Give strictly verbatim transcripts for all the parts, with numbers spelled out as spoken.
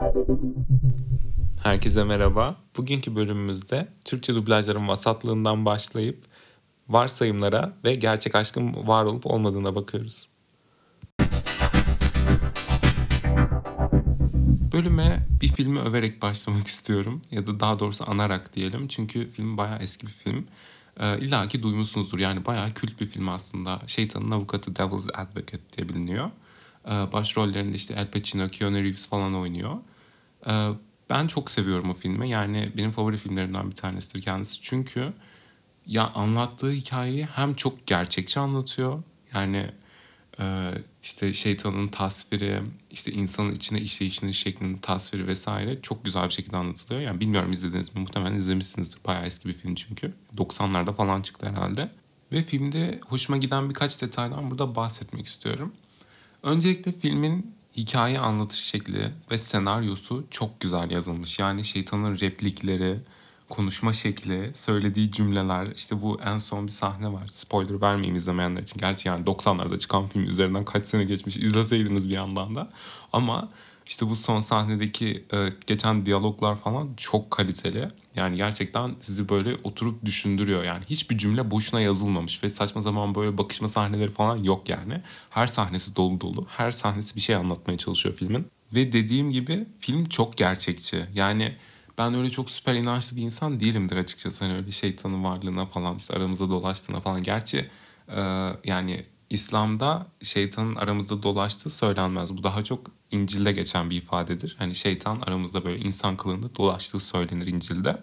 Herkese merhaba. Bugünkü bölümümüzde Türkçe dublajların vasatlığından başlayıp varsayımlara ve gerçek aşkın var olup olmadığına bakıyoruz. Bölüme bir filmi överek başlamak istiyorum. Ya da daha doğrusu anarak diyelim. Çünkü film bayağı eski bir film. Ee, İlla ki duymuşsunuzdur. Yani bayağı kült bir film aslında. Şeytanın Avukatı, Devil's Advocate diye biliniyor. Ee, başrollerinde işte Al Pacino, Keanu Reeves falan oynuyor. Ee, Ben çok seviyorum o filmi. Yani benim favori filmlerimden bir tanesidir kendisi. Çünkü ya anlattığı hikayeyi hem çok gerçekçi anlatıyor. Yani e, işte şeytanın tasviri, işte insanın içine işleyişinin şeklinin tasviri vesaire çok güzel bir şekilde anlatılıyor. Yani bilmiyorum izlediniz mi? Muhtemelen izlemişsinizdir. Bayağı eski bir film çünkü. doksanlarda falan çıktı herhalde. Ve filmde hoşuma giden birkaç detaydan burada bahsetmek istiyorum. Öncelikle filmin hikaye anlatış şekli ve senaryosu çok güzel yazılmış. Yani şeytanın replikleri, konuşma şekli, söylediği cümleler, işte bu en son bir sahne var. Spoiler vermeyeyim izlemeyenler için. Gerçi yani doksanlarda çıkan film üzerinden kaç sene geçmiş izleseydiniz bir yandan da. Ama işte bu son sahnedeki e, geçen diyaloglar falan çok kaliteli. Yani gerçekten sizi böyle oturup düşündürüyor. Yani hiçbir cümle boşuna yazılmamış ve saçma zaman böyle bakışma sahneleri falan yok yani. Her sahnesi dolu dolu. Her sahnesi bir şey anlatmaya çalışıyor filmin. Ve dediğim gibi film çok gerçekçi. Yani ben öyle çok süper inançlı bir insan değilimdir açıkçası. Hani öyle şeytanın varlığına falan işte aramızda dolaştığına falan. Gerçi e, yani İslam'da şeytanın aramızda dolaştığı söylenmez. Bu daha çok İncil'de geçen bir ifadedir. Hani şeytan aramızda böyle insan kılığında dolaştığı söylenir İncil'de.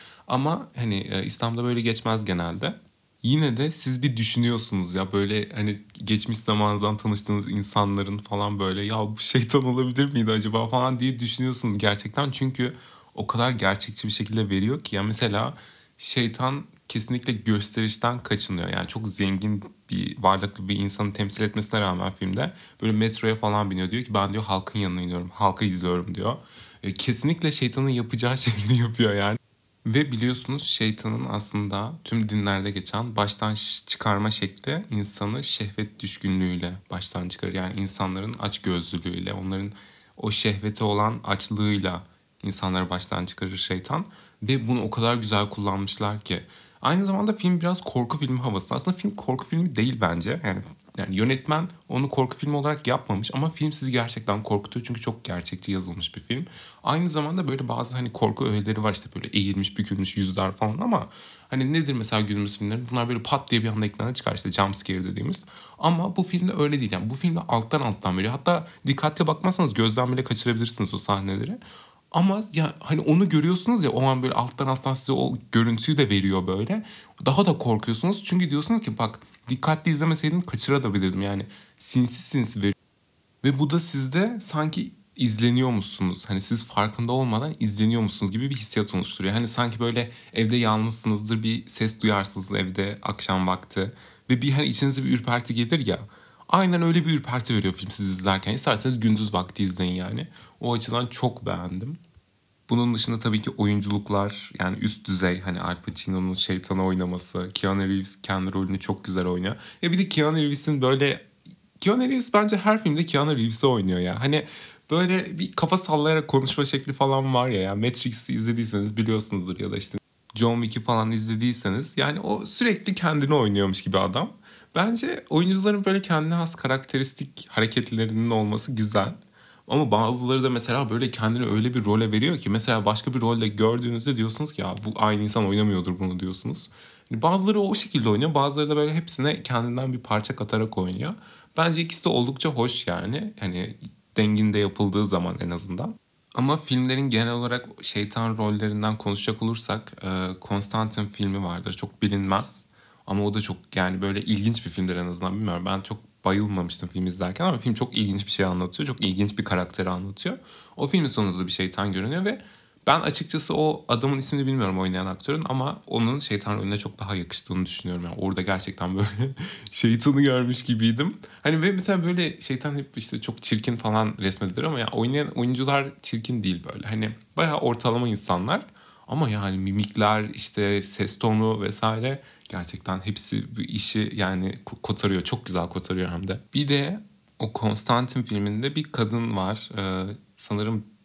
Ama hani e, İslam'da böyle geçmez genelde. Yine de siz bir düşünüyorsunuz ya böyle hani geçmiş zamandan tanıştığınız insanların falan böyle ya bu şeytan olabilir miydi acaba falan diye düşünüyorsunuz gerçekten. Çünkü o kadar gerçekçi bir şekilde veriyor ki ya mesela şeytan kesinlikle gösterişten kaçınıyor. Yani çok zengin bir varlıklı bir insanı temsil etmesine rağmen filmde böyle metroya falan biniyor. Diyor ki ben diyor halkın yanına iniyorum, halkı izliyorum diyor. E, kesinlikle şeytanın yapacağı şeyleri yapıyor yani. Ve biliyorsunuz şeytanın aslında tüm dinlerde geçen baştan çıkarma şekli insanı şehvet düşkünlüğüyle baştan çıkarır. Yani insanların açgözlülüğüyle, onların o şehvete olan açlığıyla insanları baştan çıkarır şeytan. Ve bunu o kadar güzel kullanmışlar ki. Aynı zamanda film biraz korku filmi havası. Aslında film korku filmi değil bence. Yani yani yönetmen onu korku filmi olarak yapmamış ama film sizi gerçekten korkutuyor çünkü çok gerçekçi yazılmış bir film. Aynı zamanda böyle bazı hani korku öğeleri var işte böyle eğilmiş bükülmüş yüzler falan ama hani nedir mesela günümüz filmleri? Bunlar böyle pat diye bir anda ekrana çıkar işte jump scare dediğimiz. Ama bu filmde öyle değil yani bu filmde alttan alttan veriyor. Hatta dikkatli bakmazsanız gözden bile kaçırabilirsiniz o sahneleri. Ama ya hani onu görüyorsunuz ya o an böyle alttan alttan size o görüntüyü de veriyor böyle. Daha da korkuyorsunuz çünkü diyorsunuz ki bak dikkatli izlemeseydim kaçırabilirdim yani sinsi sinsi veriyor. Ve bu da sizde sanki izleniyormuşsunuz. Hani siz farkında olmadan izleniyormuşsunuz gibi bir hissiyat oluşturuyor. Hani sanki böyle evde yalnızsınızdır bir ses duyarsınız evde akşam vakti. Ve bir hani içinize bir ürperti gelir ya. Aynen öyle bir ürperti veriyor film siz izlerken. İsterseniz gündüz vakti izleyin yani. O açıdan çok beğendim. Bunun dışında tabii ki oyunculuklar yani üst düzey hani Al Pacino'nun şeytanı oynaması, Keanu Reeves kendi rolünü çok güzel oynuyor. Ya bir de Keanu Reeves'in böyle Keanu Reeves bence her filmde Keanu Reeves'i oynuyor ya. Hani böyle bir kafa sallayarak konuşma şekli falan var ya. ya Matrix'i izlediyseniz biliyorsunuzdur ya da işte John Wick'i falan izlediyseniz yani o sürekli kendini oynuyormuş gibi adam. Bence oyuncuların böyle kendine has karakteristik hareketlerinin olması güzel. Ama bazıları da mesela böyle kendini öyle bir role veriyor ki mesela başka bir rolde gördüğünüzde diyorsunuz ki ya bu aynı insan oynamıyordur bunu diyorsunuz. Hani bazıları o şekilde oynuyor, bazıları da böyle hepsine kendinden bir parça katarak oynuyor. Bence ikisi de oldukça hoş yani. Hani denginde yapıldığı zaman en azından. Ama filmlerin genel olarak şeytan rollerinden konuşacak olursak e, Constantine filmi vardır. Çok bilinmez. Ama o da çok yani böyle ilginç bir filmdir en azından bilmiyorum. Ben çok bayılmamıştım film izlerken ama film çok ilginç bir şey anlatıyor. Çok ilginç bir karakteri anlatıyor. O filmin sonunda da bir şeytan görünüyor ve ben açıkçası o adamın ismini bilmiyorum oynayan aktörün ama onun şeytan rolüne çok daha yakıştığını düşünüyorum. Yani orada gerçekten böyle şeytanı görmüş gibiydim. Hani ve mesela böyle şeytan hep işte çok çirkin falan resmedilir ama ya oynayan oyuncular çirkin değil böyle. Hani bayağı ortalama insanlar. Ama yani mimikler işte ses tonu vesaire gerçekten hepsi bir işi yani kotarıyor. Çok güzel kotarıyor hem de. Bir de o Konstantin filminde bir kadın var. Ee, sanırım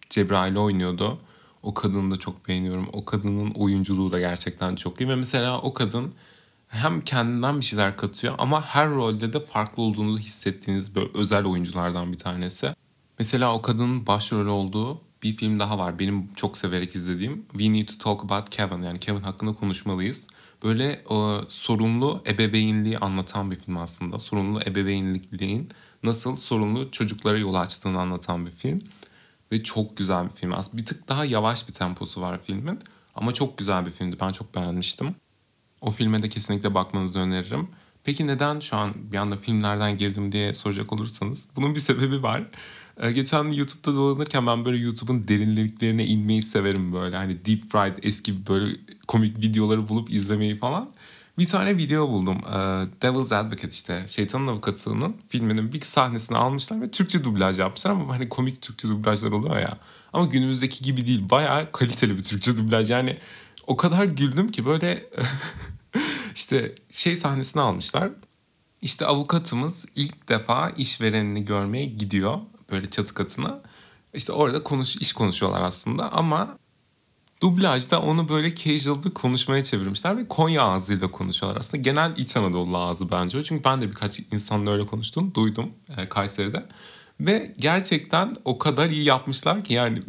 Cebrail oynuyordu. O kadını da çok beğeniyorum. O kadının oyunculuğu da gerçekten çok iyi. Ve mesela o kadın hem kendinden bir şeyler katıyor ama her rolde de farklı olduğunu hissettiğiniz böyle özel oyunculardan bir tanesi. Mesela o kadının başrolü olduğu bir film daha var. Benim çok severek izlediğim. We Need to Talk About Kevin. Yani Kevin hakkında konuşmalıyız. Böyle o, sorumlu ebeveynliği anlatan bir film aslında. Sorumlu ebeveynlikliğin nasıl sorumlu çocuklara yol açtığını anlatan bir film. Ve çok güzel bir film. Aslında bir tık daha yavaş bir temposu var filmin. Ama çok güzel bir filmdi. Ben çok beğenmiştim. O filme de kesinlikle bakmanızı öneririm. Peki neden şu an bir anda filmlerden girdim diye soracak olursanız. Bunun bir sebebi var. Ee, geçen YouTube'da dolanırken ben böyle YouTube'un derinliklerine inmeyi severim böyle. Hani Deep Fried eski böyle komik videoları bulup izlemeyi falan. Bir tane video buldum. Ee, Devil's Advocate işte Şeytanın Avukatı'nın filminin bir sahnesini almışlar ve Türkçe dublaj yapmışlar ama hani komik Türkçe dublajlar oluyor ya. Ama günümüzdeki gibi değil. Bayağı kaliteli bir Türkçe dublaj. Yani o kadar güldüm ki böyle işte şey sahnesini almışlar. İşte avukatımız ilk defa işverenini görmeye gidiyor böyle çatı katına. İşte orada konuş iş konuşuyorlar aslında ama dublajda onu böyle casual bir konuşmaya çevirmişler ve Konya ağzıyla konuşuyorlar. Aslında genel İç Anadolu ağzı bence o. Çünkü ben de birkaç insanla öyle konuştuğunu duydum e, Kayseri'de. Ve gerçekten o kadar iyi yapmışlar ki yani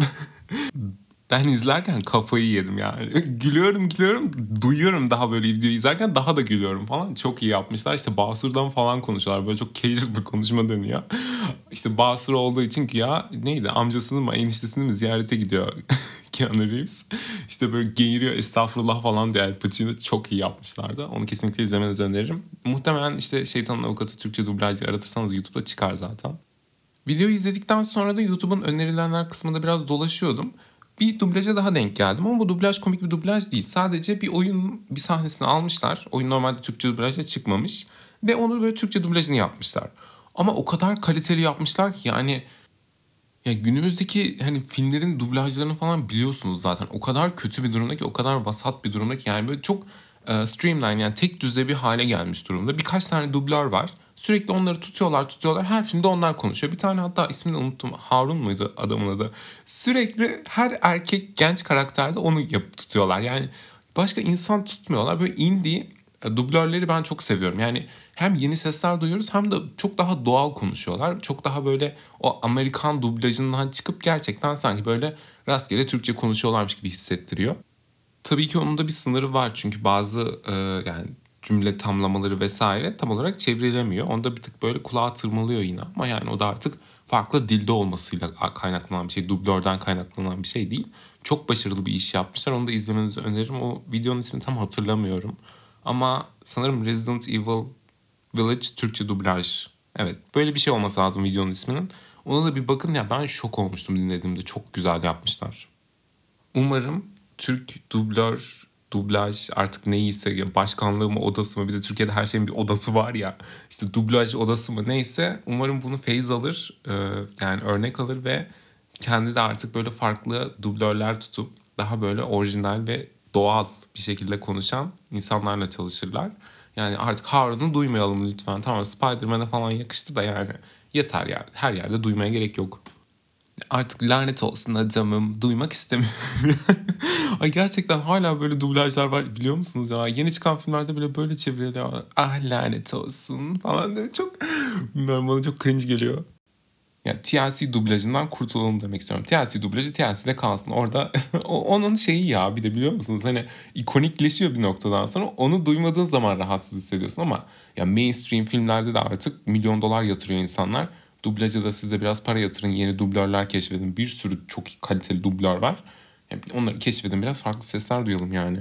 ben izlerken kafayı yedim yani. Gülüyorum gülüyorum duyuyorum daha böyle videoyu izlerken daha da gülüyorum falan. Çok iyi yapmışlar. İşte Basur'dan falan konuşuyorlar. Böyle çok casual bir konuşma dönüyor. İşte Basur olduğu için ki ya neydi amcasını mı eniştesini mi ziyarete gidiyor Keanu Reeves. İşte böyle geğiriyor estağfurullah falan diye Al Pacino çok iyi yapmışlardı. Onu kesinlikle izlemenizi öneririm. Muhtemelen işte Şeytanın Avukatı Türkçe dublaj diye aratırsanız YouTube'da çıkar zaten. Videoyu izledikten sonra da YouTube'un önerilenler kısmında biraz dolaşıyordum. Bir dublaja daha denk geldim ama bu dublaj komik bir dublaj değil. Sadece bir oyun bir sahnesini almışlar. Oyun normalde Türkçe dublajla çıkmamış. Ve onu böyle Türkçe dublajını yapmışlar. Ama o kadar kaliteli yapmışlar ki yani ya günümüzdeki hani filmlerin dublajlarını falan biliyorsunuz zaten. O kadar kötü bir durumda ki, o kadar vasat bir durumda ki yani böyle çok e, streamline yani tek düze bir hale gelmiş durumda. Birkaç tane dublör var. Sürekli onları tutuyorlar tutuyorlar. Her filmde onlar konuşuyor. Bir tane hatta ismini unuttum. Harun muydu adamın adı? Sürekli her erkek genç karakterde onu yap tutuyorlar. Yani başka insan tutmuyorlar. Böyle indie e, dublörleri ben çok seviyorum. Yani hem yeni sesler duyuyoruz hem de çok daha doğal konuşuyorlar. Çok daha böyle o Amerikan dublajından çıkıp gerçekten sanki böyle rastgele Türkçe konuşuyorlarmış gibi hissettiriyor. Tabii ki onun da bir sınırı var çünkü bazı e, yani cümle tamlamaları vesaire tam olarak çevrilemiyor. Onda bir tık böyle kulağa tırmalıyor yine ama yani o da artık farklı dilde olmasıyla kaynaklanan bir şey. Dublörden kaynaklanan bir şey değil. Çok başarılı bir iş yapmışlar. Onu da izlemenizi öneririm. O videonun ismini tam hatırlamıyorum. Ama sanırım Resident Evil Village Türkçe dublaj. Evet böyle bir şey olması lazım videonun isminin. Ona da bir bakın ya ben şok olmuştum dinlediğimde. Çok güzel yapmışlar. Umarım Türk dublör, dublaj artık neyse ya başkanlığı mı odası mı bir de Türkiye'de her şeyin bir odası var ya işte dublaj odası mı neyse umarım bunu feyz alır e, yani örnek alır ve kendi de artık böyle farklı dublörler tutup daha böyle orijinal ve doğal bir şekilde konuşan insanlarla çalışırlar. Yani artık Harun'u duymayalım lütfen. Tamam Spider-Man'e falan yakıştı da yani yeter yani her yerde duymaya gerek yok. Artık lanet olsun adamım. Duymak istemiyorum. Ay gerçekten hala böyle dublajlar var biliyor musunuz ya? Yeni çıkan filmlerde bile böyle çeviriyorlar. Ah lanet olsun falan diye çok bilmiyorum bana çok cringe geliyor. Ya T L C dublajından kurtulalım demek istiyorum. T L C dublajı T L C'de kalsın. Orada o- onun şeyi ya bir de biliyor musunuz? Hani ikonikleşiyor bir noktadan sonra. Onu duymadığın zaman rahatsız hissediyorsun ama ya mainstream filmlerde de artık milyon dolar yatırıyor insanlar. Dublaja da siz de biraz para yatırın. Yeni dublörler keşfedin. Bir sürü çok kaliteli dublör var. Ya onları keşfedin. Biraz farklı sesler duyalım yani.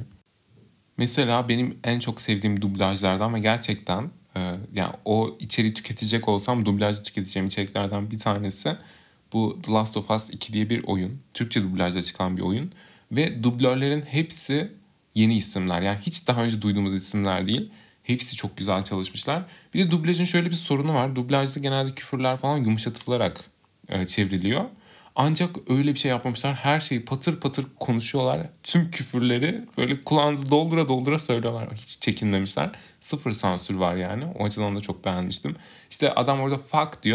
Mesela benim en çok sevdiğim dublajlardan ve gerçekten e, yani o içeriği tüketecek olsam dublajda tüketeceğim içeriklerden bir tanesi bu The Last of Us iki diye bir oyun. Türkçe dublajda çıkan bir oyun. Ve dublörlerin hepsi yeni isimler. Yani hiç daha önce duyduğumuz isimler değil. Hepsi çok güzel çalışmışlar. Bir de dublajın şöyle bir sorunu var. Dublajda genelde küfürler falan yumuşatılarak e, çevriliyor. Ancak öyle bir şey yapmamışlar. Her şeyi patır patır konuşuyorlar. Tüm küfürleri böyle kulağınızı doldura doldura söylüyorlar. Hiç çekinmemişler. Sıfır sansür var yani. O açıdan da çok beğenmiştim. İşte adam orada fuck diyor.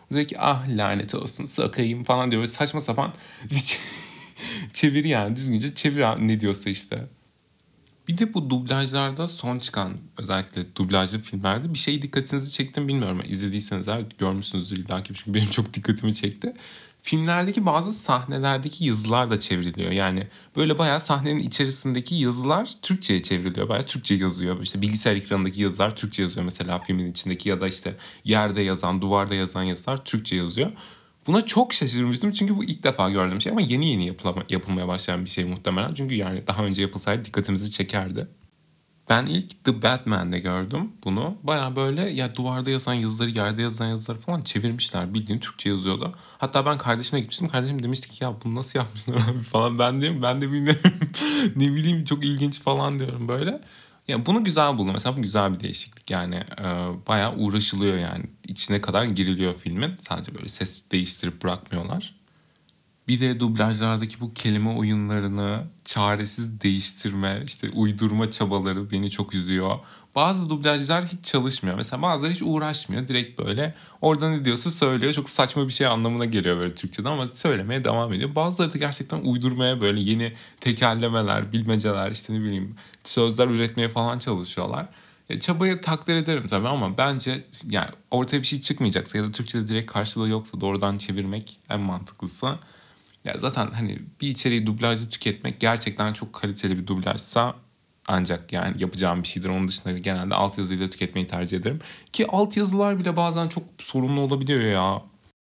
Bu diyor ki ah lanet olsun sokayım falan diyor. Böyle saçma sapan bir çeviri yani düzgünce çevir ne diyorsa işte. Bir de bu dublajlarda son çıkan özellikle dublajlı filmlerde bir şey dikkatinizi çekti mi bilmiyorum. İzlediyseniz eğer görmüşsünüzdür illa ki çünkü benim çok dikkatimi çekti. Filmlerdeki bazı sahnelerdeki yazılar da çevriliyor. Yani böyle bayağı sahnenin içerisindeki yazılar Türkçe'ye çevriliyor. Bayağı Türkçe yazıyor. İşte bilgisayar ekranındaki yazılar Türkçe yazıyor mesela filmin içindeki ya da işte yerde yazan, duvarda yazan yazılar Türkçe yazıyor. Buna çok şaşırmıştım çünkü bu ilk defa gördüğüm şey ama yeni yeni yapılama, yapılmaya başlayan bir şey muhtemelen. Çünkü yani daha önce yapılsaydı dikkatimizi çekerdi. Ben ilk The Batman'de gördüm bunu. Baya böyle ya duvarda yazan yazıları, yerde yazan yazıları falan çevirmişler. Bildiğin Türkçe yazıyordu. Hatta ben kardeşime gitmiştim. Kardeşim demişti ki ya bunu nasıl yapmışlar abi falan. Ben diyorum ben de bilmiyorum. Ne bileyim çok ilginç falan diyorum böyle. Ya bunu güzel buldum. Mesela bu güzel bir değişiklik. Yani e, bayağı uğraşılıyor yani. İçine kadar giriliyor filmin. Sadece böyle ses değiştirip bırakmıyorlar. Bir de dublajlardaki bu kelime oyunlarını çaresiz değiştirme, işte uydurma çabaları beni çok üzüyor. Bazı dublajlar hiç çalışmıyor. Mesela bazıları hiç uğraşmıyor. Direkt böyle orada ne diyorsa söylüyor. Çok saçma bir şey anlamına geliyor böyle Türkçe'de ama söylemeye devam ediyor. Bazıları da gerçekten uydurmaya böyle yeni tekerlemeler, bilmeceler, işte ne bileyim sözler üretmeye falan çalışıyorlar. Ya çabayı takdir ederim tabii ama bence yani ortaya bir şey çıkmayacaksa ya da Türkçe'de direkt karşılığı yoksa doğrudan çevirmek en mantıklısı. Ya zaten hani bir içeriği dublajlı tüketmek gerçekten çok kaliteli bir dublajsa ancak yani yapacağım bir şeydir. Onun dışında genelde altyazıyla tüketmeyi tercih ederim. Ki altyazılar bile bazen çok sorunlu olabiliyor ya.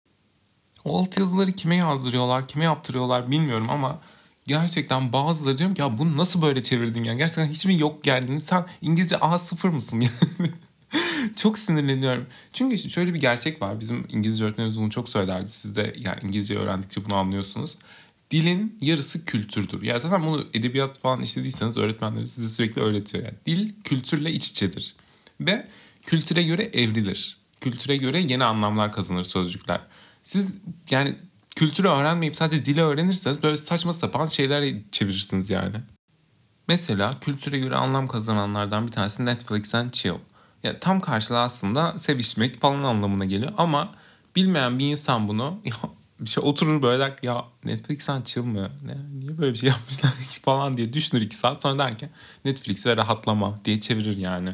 O altyazıları kime yazdırıyorlar, kime yaptırıyorlar bilmiyorum ama gerçekten bazıları diyorum ki ya bunu nasıl böyle çevirdin ya? Gerçekten hiç mi yok geldin? Sen İngilizce A sıfır mısın ya? Çok sinirleniyorum. Çünkü işte şöyle bir gerçek var. Bizim İngilizce öğretmenimiz bunu çok söylerdi. Siz de yani İngilizce öğrendikçe bunu anlıyorsunuz. Dilin yarısı kültürdür. Ya zaten bunu edebiyat falan işlediyseniz öğretmenleri size sürekli öğretiyor. Yani dil kültürle iç içedir. Ve kültüre göre evrilir. Kültüre göre yeni anlamlar kazanır sözcükler. Siz yani kültürü öğrenmeyip sadece dili öğrenirseniz böyle saçma sapan şeyler çevirirsiniz yani. Mesela kültüre göre anlam kazananlardan bir tanesi Netflix and chill. Ya tam karşılığı aslında sevişmek falan anlamına geliyor ama bilmeyen bir insan bunu ya bir şey oturur böyle der ki, ya Netflix and chill mı? Ne, niye böyle bir şey yapmışlar ki falan diye düşünür iki saat sonra der ki Netflix ve rahatlama diye çevirir yani.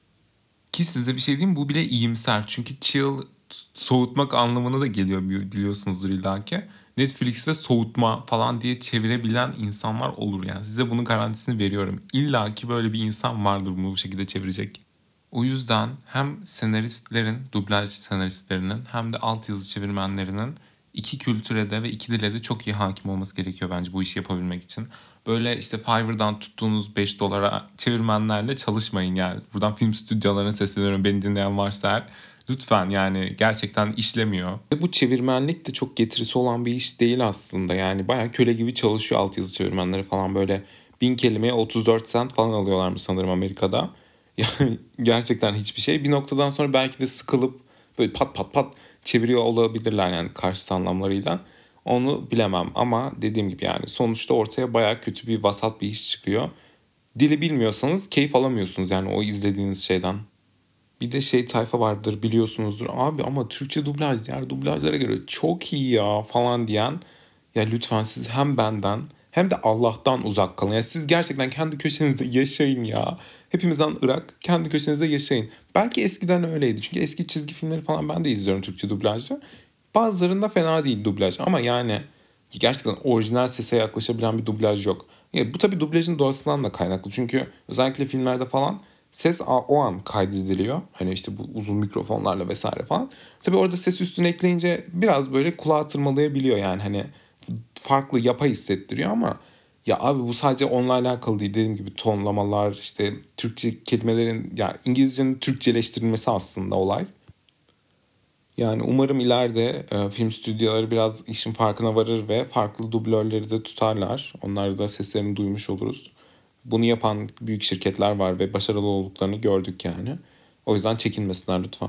Ki size bir şey diyeyim bu bile iyimser. Çünkü chill soğutmak anlamına da geliyor biliyorsunuzdur illa ki. Netflix ve soğutma falan diye çevirebilen insanlar olur yani. Size bunun garantisini veriyorum. İlla ki böyle bir insan vardır bunu bu şekilde çevirecek. O yüzden hem senaristlerin, dublaj senaristlerinin hem de altyazı çevirmenlerinin iki kültüre de ve iki dile de çok iyi hakim olması gerekiyor bence bu işi yapabilmek için. Böyle işte Fiverr'dan tuttuğunuz beş dolara çevirmenlerle çalışmayın yani. Buradan film stüdyolarına sesleniyorum beni dinleyen varsa eğer. Lütfen yani gerçekten işlemiyor. Ve bu çevirmenlik de çok getirisi olan bir iş değil aslında. Yani bayağı köle gibi çalışıyor altyazı çevirmenleri falan böyle bin kelimeye otuz dört sent falan alıyorlarmış sanırım Amerika'da. Yani gerçekten hiçbir şey. Bir noktadan sonra belki de sıkılıp böyle pat pat pat çeviriyor olabilirler yani karşıt anlamlarıyla. Onu bilemem ama dediğim gibi yani sonuçta ortaya bayağı kötü bir vasat bir iş çıkıyor. Dili bilmiyorsanız keyif alamıyorsunuz yani o izlediğiniz şeyden. Bir de şey tayfa vardır biliyorsunuzdur. Abi ama Türkçe dublaj diğer dublajlara göre çok iyi ya falan diyen. Ya lütfen siz hem benden hem de Allah'tan uzak kalın. Ya siz gerçekten kendi köşenizde yaşayın ya. Hepimizden ırak kendi köşenizde yaşayın. Belki eskiden öyleydi. Çünkü eski çizgi filmleri falan ben de izliyorum Türkçe dublajda. Bazılarında fena değil dublaj ama yani gerçekten orijinal sese yaklaşabilen bir dublaj yok. Ya bu tabii dublajın doğasından da kaynaklı. Çünkü özellikle filmlerde falan ses o an kaydediliyor. Hani işte bu uzun mikrofonlarla vesaire falan. Tabii orada ses üstüne ekleyince biraz böyle kulağa tırmalayabiliyor yani hani farklı yapay hissettiriyor ama ya abi bu sadece onunla alakalı değil. Dediğim gibi tonlamalar işte Türkçe kelimelerin ya İngilizcenin Türkçeleştirilmesi aslında olay. Yani umarım ileride e, film stüdyoları biraz işin farkına varır ve farklı dublörleri de tutarlar. Onlar da seslerini duymuş oluruz. Bunu yapan büyük şirketler var ve başarılı olduklarını gördük yani. O yüzden çekinmesinler lütfen.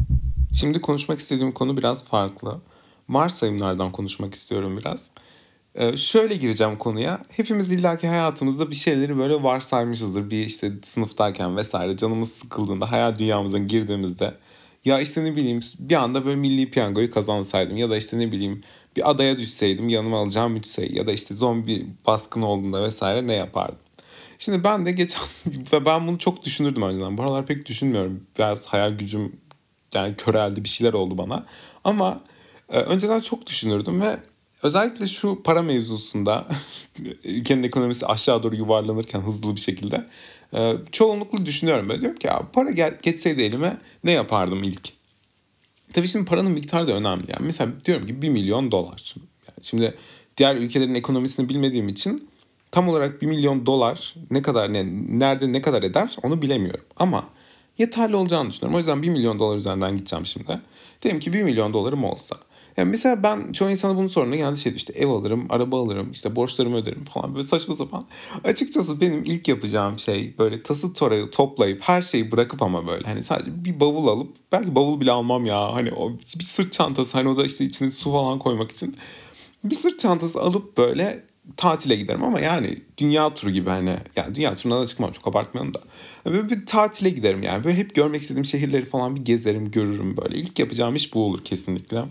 Şimdi konuşmak istediğim konu biraz farklı. Varsayımlardan konuşmak istiyorum biraz. Ee, şöyle gireceğim konuya. Hepimiz illaki hayatımızda bir şeyleri böyle varsaymışızdır. Bir işte sınıftayken vesaire canımız sıkıldığında hayal dünyamıza girdiğimizde ya işte ne bileyim bir anda böyle milli piyangoyu kazansaydım ya da işte ne bileyim bir adaya düşseydim yanıma alacağım üç şey ya da işte zombi baskını olduğunda vesaire ne yapardım? Şimdi ben de geçen ve ben bunu çok düşünürdüm önceden. Bu aralar pek düşünmüyorum. Biraz hayal gücüm yani köreldi bir şeyler oldu bana. Ama e, önceden çok düşünürdüm ve özellikle şu para mevzusunda ülkenin ekonomisi aşağı doğru yuvarlanırken hızlı bir şekilde e, çoğunlukla düşünüyorum. Böyle diyorum ki ya para gel, geçseydi elime ne yapardım ilk? Tabii şimdi paranın miktarı da önemli. Yani mesela diyorum ki bir milyon dolar. Yani şimdi diğer ülkelerin ekonomisini bilmediğim için tam olarak bir milyon dolar ne kadar ne, nerede ne kadar eder onu bilemiyorum. Ama yeterli olacağını düşünüyorum. O yüzden bir milyon dolar üzerinden gideceğim şimdi. Diyelim ki bir milyon dolarım olsa. Yani mesela ben çoğu insana bunun sorduğunda genelde şey diyor, işte ev alırım, araba alırım, işte borçlarımı öderim falan böyle saçma sapan. Açıkçası benim ilk yapacağım şey böyle tası torayı toplayıp her şeyi bırakıp ama böyle hani sadece bir bavul alıp belki bavul bile almam ya hani o bir sırt çantası hani o da işte içine su falan koymak için bir sırt çantası alıp böyle tatile giderim ama yani dünya turu gibi hani yani dünya turuna da çıkmam çok abartmayalım da. Böyle bir tatile giderim yani böyle hep görmek istediğim şehirleri falan bir gezerim görürüm böyle. İlk yapacağım iş bu olur kesinlikle.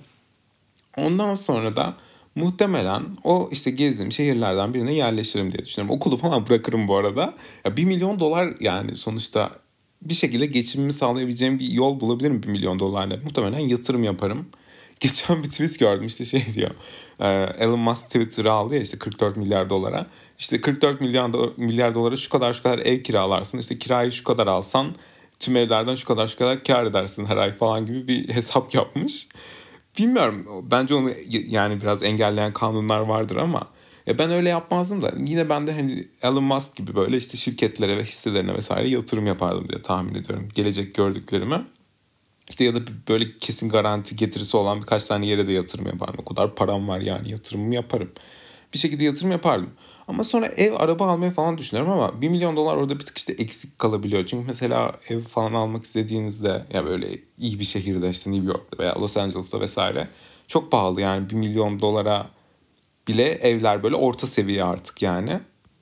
Ondan sonra da muhtemelen o işte gezdiğim şehirlerden birine yerleşirim diye düşünüyorum. Okulu falan bırakırım bu arada. Ya bir milyon dolar yani sonuçta bir şekilde geçimimi sağlayabileceğim bir yol bulabilirim bir milyon dolarla. Muhtemelen yatırım yaparım. Geçen bir tweet gördüm işte şey diyor. e, Elon Musk Twitter'ı aldı ya işte kırk dört milyar dolara. İşte kırk dört milyar, do- milyar dolara şu kadar şu kadar ev kiralarsın. İşte kirayı şu kadar alsan tüm evlerden şu kadar şu kadar kar edersin her ay falan gibi bir hesap yapmış. Bilmiyorum. Bence onu yani biraz engelleyen kanunlar vardır ama ya ben öyle yapmazdım da yine ben de hani Elon Musk gibi böyle işte şirketlere ve hisselerine vesaire yatırım yapardım diye tahmin ediyorum. Gelecek gördüklerime. İşte ya da böyle kesin garanti getirisi olan birkaç tane yere de yatırım yaparım. O kadar param var yani yatırımımı yaparım. Bir şekilde yatırım yapardım. Ama sonra ev, araba almayı falan düşünüyorum ama bir milyon dolar orada bir tık işte eksik kalabiliyor. Çünkü mesela ev falan almak istediğinizde ya böyle iyi bir şehirde işte New York'ta veya Los Angeles'ta vesaire çok pahalı yani bir milyon dolara bile evler böyle orta seviye artık yani.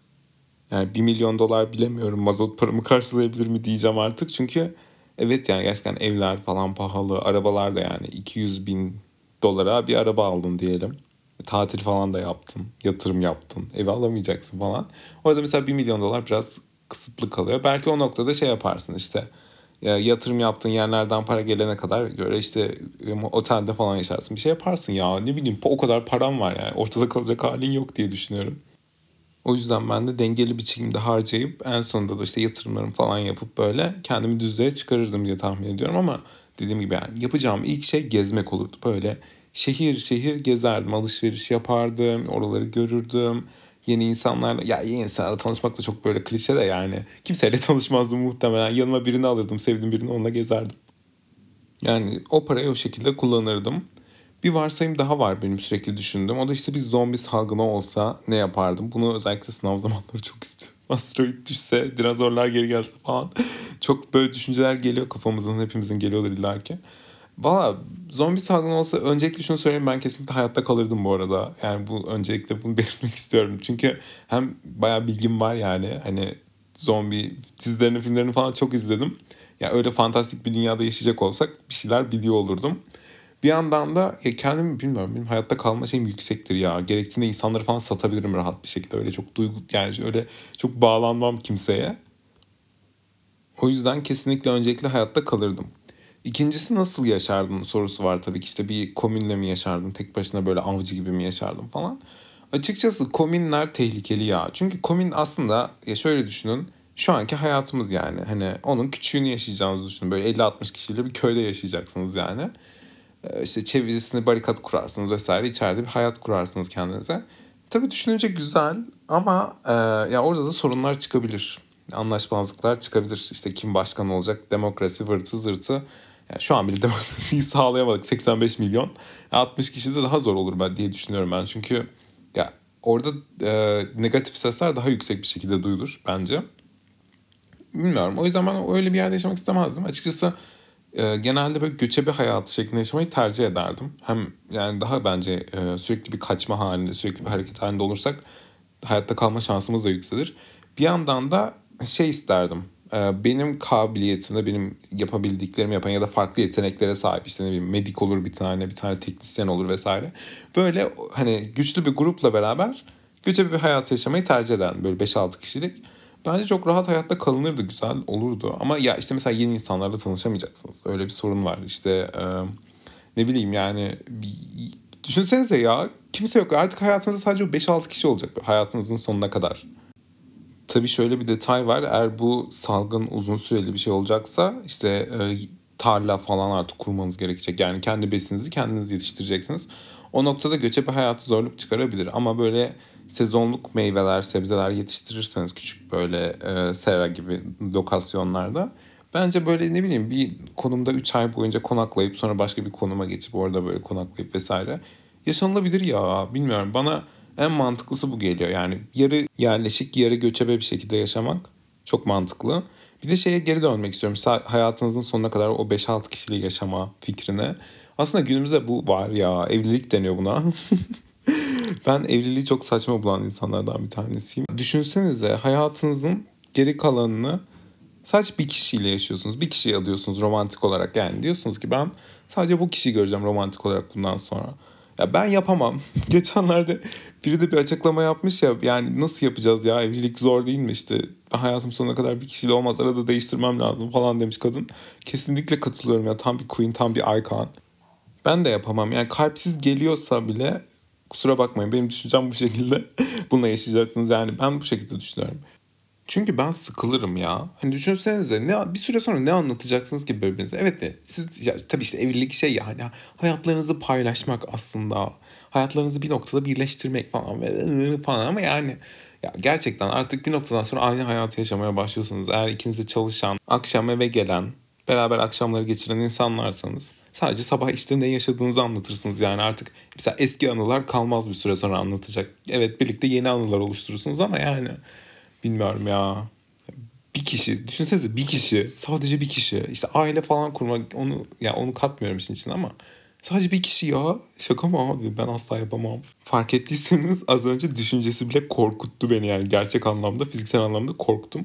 Yani bir milyon dolar bilemiyorum mazot paramı karşılayabilir mi diyeceğim artık. Çünkü evet yani gerçekten evler falan pahalı. Arabalar da yani iki yüz bin dolara bir araba aldın diyelim. Tatil falan da yaptın. Yatırım yaptın. Evi alamayacaksın falan. Orada mesela bir milyon dolar biraz kısıtlı kalıyor. Belki o noktada şey yaparsın işte. Ya yatırım yaptığın yerlerden para gelene kadar göre işte otelde falan yaşarsın. Bir şey yaparsın ya ne bileyim o kadar param var yani. Ortada kalacak halin yok diye düşünüyorum. O yüzden ben de dengeli bir şekilde harcayıp en sonunda da işte yatırımlarımı falan yapıp böyle kendimi düzlüğe çıkarırdım diye tahmin ediyorum ama dediğim gibi yani yapacağım ilk şey gezmek olurdu. Böyle şehir şehir gezerdim, alışveriş yapardım, oraları görürdüm. Yeni insanlarla ya yeni insanlarla tanışmak da çok böyle klişe de yani. Kimseyle tanışmazdım muhtemelen. Yanıma birini alırdım, sevdiğim birini onunla gezerdim. Yani o parayı o şekilde kullanırdım. Bir varsayım daha var benim sürekli düşündüğüm. O da işte bir zombi salgını olsa ne yapardım? Bunu özellikle sınav zamanları çok istiyorum. Asteroid düşse, dinozorlar geri gelse falan. Çok böyle düşünceler geliyor kafamızın, hepimizin geliyorlar illaki. Valla zombi salgını olsa öncelikle şunu söyleyeyim ben kesinlikle hayatta kalırdım bu arada. Yani bu öncelikle bunu belirtmek istiyorum. Çünkü hem bayağı bilgim var yani. Hani zombi dizilerini, filmlerini falan çok izledim. Ya öyle fantastik bir dünyada yaşayacak olsak bir şeyler biliyor olurdum. Bir yandan da ya kendimi bilmiyorum benim hayatta kalma şeyim yüksektir ya. Gerektiğinde insanları falan satabilirim rahat bir şekilde. Öyle çok duygu yani öyle çok bağlanmam kimseye. O yüzden kesinlikle öncelikle hayatta kalırdım. İkincisi nasıl yaşardın sorusu var tabii ki işte bir komünle mi yaşardın tek başına böyle avcı gibi mi yaşardın falan. Açıkçası komünler tehlikeli ya. Çünkü komün aslında ya şöyle düşünün şu anki hayatımız yani hani onun küçüğünü yaşayacağınızı düşünün. Böyle elli altmış kişiyle bir köyde yaşayacaksınız yani. Ee, işte çevresine barikat kurarsınız vesaire içeride bir hayat kurarsınız kendinize. Tabii düşününce güzel ama e, ya orada da sorunlar çıkabilir. Anlaşmazlıklar çıkabilir. İşte kim başkan olacak, demokrasi, vırtı zırtı. Yani şu an bile demokrasiyi sağlayamadık. seksen beş milyon. altmış kişi de daha zor olur ben diye düşünüyorum ben. Çünkü ya orada e, negatif sesler daha yüksek bir şekilde duyulur bence. Bilmiyorum. O yüzden ben öyle bir yerde yaşamak istemezdim. Açıkçası Eee, genelde böyle göçebe hayatı şeklinde yaşamayı tercih ederdim. Hem yani daha bence, eee, sürekli bir kaçma halinde, sürekli bir hareket halinde olursak hayatta kalma şansımız da yükselir. Bir yandan da şey isterdim, eee, benim kabiliyetimde, benim yapabildiklerimi yapan ya da farklı yeteneklere sahip, işte, ne bileyim, medik olur bir tane, bir tane teknisyen olur vesaire. Böyle, hani, güçlü bir grupla beraber göçebe bir hayat yaşamayı tercih ederdim, böyle beş altı kişilik. Bence çok rahat hayatta kalınırdı, güzel olurdu ama ya, işte, mesela yeni insanlarla tanışamayacaksınız. Öyle bir sorun var. İşte, emm, ne bileyim, yani, bi düşünsenize ya, kimse yok. Artık hayatınızda sadece o beş altı kişi olacak hayatınızın sonuna kadar. Tabii şöyle bir detay var. Eğer bu salgın uzun süreli bir şey olacaksa, işte, eee, tarla falan artık kurmanız gerekecek. Yani kendi besininizi kendiniz yetiştireceksiniz. O noktada göçebe hayatı zorluk çıkarabilir ama böyle sezonluk meyveler, sebzeler yetiştirirseniz küçük böyle, eee, sera gibi lokasyonlarda bence böyle, ne bileyim, bir konumda üç ay boyunca konaklayıp sonra başka bir konuma geçip orada böyle konaklayıp vesaire yaşanılabilir ya. Bilmiyorum, bana en mantıklısı bu geliyor. Yani yarı yerleşik, yarı göçebe bir şekilde yaşamak çok mantıklı. Bir de şeye geri dönmek istiyorum. Sa- hayatınızın sonuna kadar o beş altı kişiyle yaşama fikrine. Aslında günümüzde bu var ya. Evlilik deniyor buna. Ben evliliği çok saçma bulan insanlardan bir tanesiyim. Düşünsenize, hayatınızın geri kalanını sadece bir kişiyle yaşıyorsunuz. Bir kişiyi alıyorsunuz romantik olarak. Yani diyorsunuz ki ben sadece bu kişiyi göreceğim romantik olarak bundan sonra. Ya ben yapamam. Geçenlerde biri de bir açıklama yapmış ya, yani nasıl yapacağız ya, evlilik zor değil mi, işte ben hayatım sonuna kadar bir kişiyle olmaz, arada değiştirmem lazım falan demiş kadın. Kesinlikle katılıyorum ya, tam bir queen, tam bir icon. Ben de yapamam yani, kalpsiz geliyorsa bile kusura bakmayın, benim düşüncem bu şekilde. Bununla yaşayacaksınız yani, ben bu şekilde düşünüyorum. Çünkü ben sıkılırım ya. Hani düşünsenize, ne bir süre sonra ne anlatacaksınız ki birbirinize? Evet de siz ya, tabii işte evlilik şey ya, hani hayatlarınızı paylaşmak aslında. Hayatlarınızı bir noktada birleştirmek falan ve ıı falan ama yani ya gerçekten artık bir noktadan sonra aynı hayatı yaşamaya başlıyorsunuz. Eğer ikiniz de çalışan, akşam eve gelen, beraber akşamları geçiren insanlarsanız sadece sabah işte ne yaşadığınızı anlatırsınız. Yani artık mesela eski anılar kalmaz bir süre sonra anlatacak. Evet, birlikte yeni anılar oluşturursunuz ama yani bilmiyorum ya. Bir kişi, düşünsenize, bir kişi, sadece bir kişi. İşte aile falan kurmak, onu ya onu katmıyorum işin içine ama sadece bir kişi ya. Şaka mı abi? Ben asla yapamam. Fark ettiyseniz az önce düşüncesi bile korkuttu beni, yani gerçek anlamda, fiziksel anlamda korktum.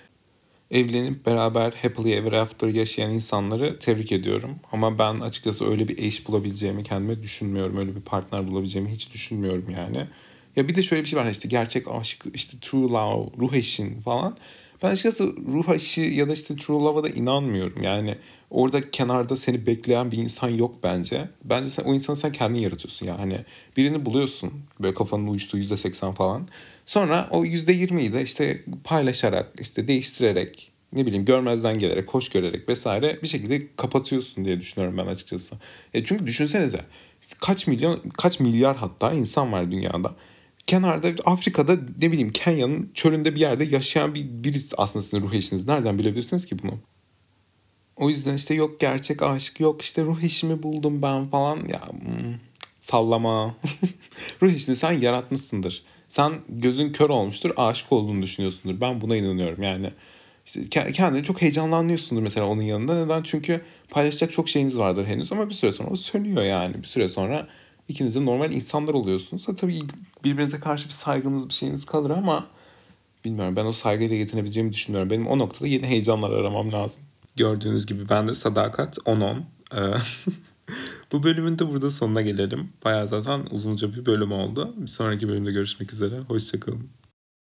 Evlenip beraber happily ever after yaşayan insanları tebrik ediyorum. Ama ben açıkçası öyle bir eş bulabileceğimi kendime düşünmüyorum. Öyle bir partner bulabileceğimi hiç düşünmüyorum yani. Ya bir de şöyle bir şey var, işte gerçek aşk, işte true love, ruh eşin falan. Ben açıkçası ruh eşi ya da işte true love'a da inanmıyorum. Yani orada kenarda seni bekleyen bir insan yok bence. Bence sen, o insanı sen kendin yaratıyorsun ya. Hani birini buluyorsun böyle kafanın uyuştuğu yüzde seksen falan. Sonra o yüzde yirmiyi de işte paylaşarak, işte değiştirerek, ne bileyim, görmezden gelerek, hoş görerek vesaire bir şekilde kapatıyorsun diye düşünüyorum ben açıkçası. E çünkü düşünsenize, kaç milyon, kaç milyar hatta insan var dünyada. Kenarda Afrika'da, ne bileyim, Kenya'nın çölünde bir yerde yaşayan bir birisi aslında sizin ruh eşiniz. Nereden bilebilirsiniz ki bunu? O yüzden işte yok gerçek aşk, yok işte ruh eşimi buldum ben falan. Ya hmm, sallama. Ruh eşini sen yaratmışsındır. Sen gözün kör olmuştur, aşık olduğunu düşünüyorsundur. Ben buna inanıyorum yani. İşte kendini çok heyecanlanıyorsundur mesela onun yanında. Neden? Çünkü paylaşacak çok şeyiniz vardır henüz ama bir süre sonra o sönüyor yani. Bir süre sonra ikiniz de normal insanlar oluyorsunuz. Ha, tabii birbirinize karşı bir saygınız, bir şeyiniz kalır ama bilmiyorum, ben o saygıyla yetinebileceğimi düşünmüyorum. Benim o noktada yeni heyecanlar aramam lazım. Gördüğünüz gibi ben de sadakat on on. Ee, Bu bölümün de burada sonuna gelelim. Bayağı zaten uzunca bir bölüm oldu. Bir sonraki bölümde görüşmek üzere. Hoşçakalın.